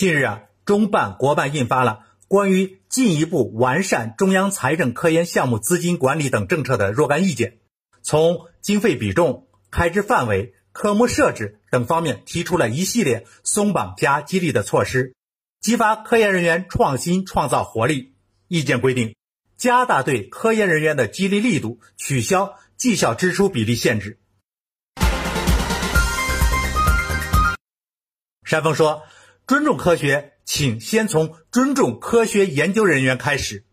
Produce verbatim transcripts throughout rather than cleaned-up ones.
近日啊，中办国办印发了关于进一步完善中央财政科研项目资金管理等政策的若干意见，从经费比重、开支范围、科目设置等方面提出了一系列松绑加激励的措施，激发科研人员创新创造活力。意见规定，加大对科研人员的激励力度，取消绩效支出比例限制。山峰说，尊重科学，请先从尊重科学研究人员开始。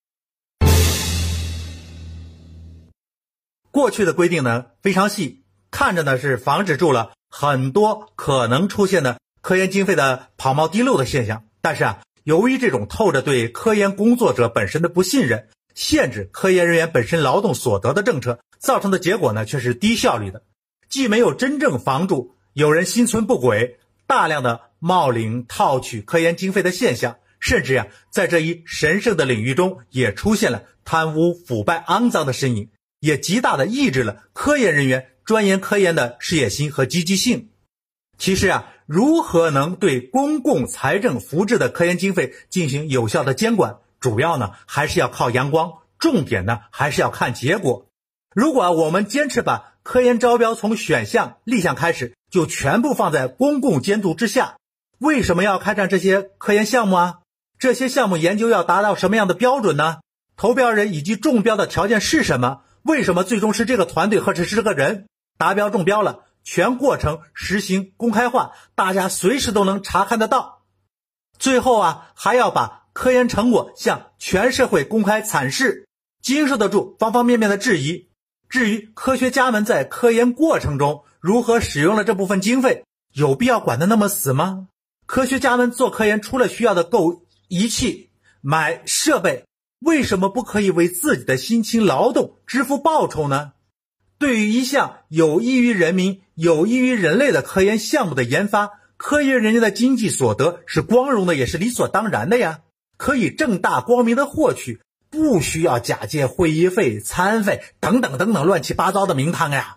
过去的规定呢非常细，看着呢是防止住了很多可能出现的科研经费的跑冒滴漏的现象，但是啊，由于这种透着对科研工作者本身的不信任，限制科研人员本身劳动所得的政策，造成的结果呢却是低效率的，既没有真正防住有人心存不轨，大量的冒领套取科研经费的现象，甚至啊，在这一神圣的领域中也出现了贪污腐败肮脏的身影，也极大的抑制了科研人员钻研科研的事业心和积极性。其实啊，如何能对公共财政扶植的科研经费进行有效的监管，主要呢还是要靠阳光，重点呢还是要看结果。如果啊我们坚持把科研招标从选项立项开始就全部放在公共监督之下，为什么要开展这些科研项目啊？这些项目研究要达到什么样的标准呢？投标人以及中标的条件是什么？为什么最终是这个团队或者是这个人达标中标了？全过程实行公开化，大家随时都能查看得到。最后啊，还要把科研成果向全社会公开阐释，经受得住方方面面的质疑。至于科学家们在科研过程中如何使用了这部分经费，有必要管得那么死吗？科学家们做科研除了需要的购仪器、买设备，为什么不可以为自己的辛勤劳动支付报酬呢？对于一项有益于人民、有益于人类的科研项目的研发，科研人员的经济所得是光荣的，也是理所当然的呀，可以正大光明的获取，不需要假借会议费、餐费等等等等乱七八糟的名堂呀。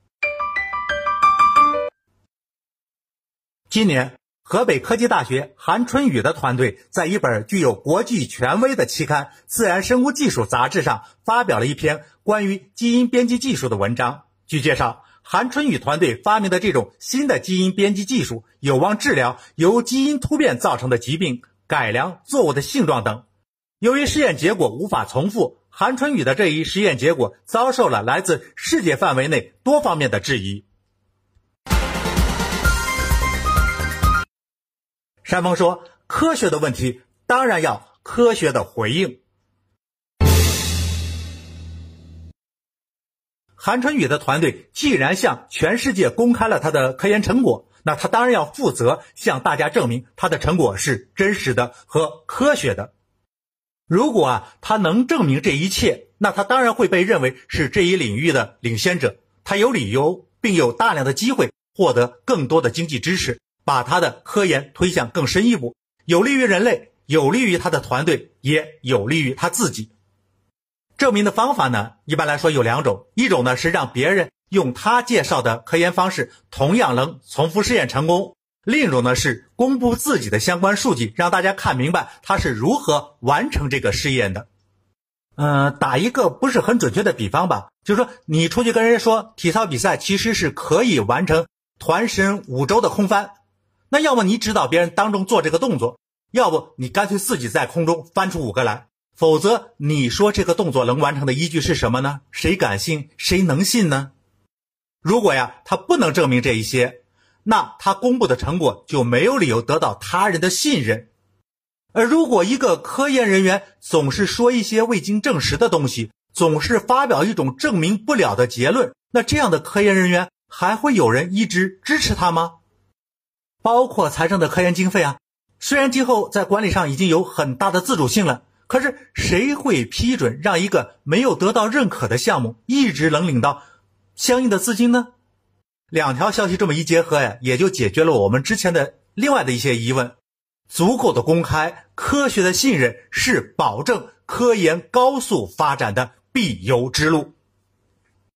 今年河北科技大学韩春雨的团队在一本具有国际权威的期刊《自然生物技术》杂志上发表了一篇关于基因编辑技术的文章。据介绍，韩春雨团队发明的这种新的基因编辑技术有望治疗由基因突变造成的疾病，改良作物的性状等。由于试验结果无法重复，韩春雨的这一实验结果遭受了来自世界范围内多方面的质疑。山峰说，科学的问题当然要科学的回应。韩春雨的团队既然向全世界公开了他的科研成果，那他当然要负责向大家证明他的成果是真实的和科学的。如果啊他能证明这一切，那他当然会被认为是这一领域的领先者，他有理由并有大量的机会获得更多的经济支持，把他的科研推向更深一步，有利于人类，有利于他的团队，也有利于他自己。证明的方法呢，一般来说有两种，一种呢是让别人用他介绍的科研方式同样能重复试验成功，另一种呢是公布自己的相关数据，让大家看明白他是如何完成这个试验的。呃，打一个不是很准确的比方吧，就是说你出去跟人家说体操比赛其实是可以完成团身五周的空翻，那要么你指导别人当中做这个动作，要不你干脆自己在空中翻出五个来，否则你说这个动作能完成的依据是什么呢？谁敢信？谁能信呢？如果呀他不能证明这一些，那他公布的成果就没有理由得到他人的信任。而如果一个科研人员总是说一些未经证实的东西，总是发表一种证明不了的结论，那这样的科研人员还会有人一直支持他吗？包括财政的科研经费啊，虽然今后在管理上已经有很大的自主性了，可是谁会批准让一个没有得到认可的项目一直能领到相应的资金呢？两条消息这么一结合呀，也就解决了我们之前的另外的一些疑问。足够的公开，科学的信任是保证科研高速发展的必由之路。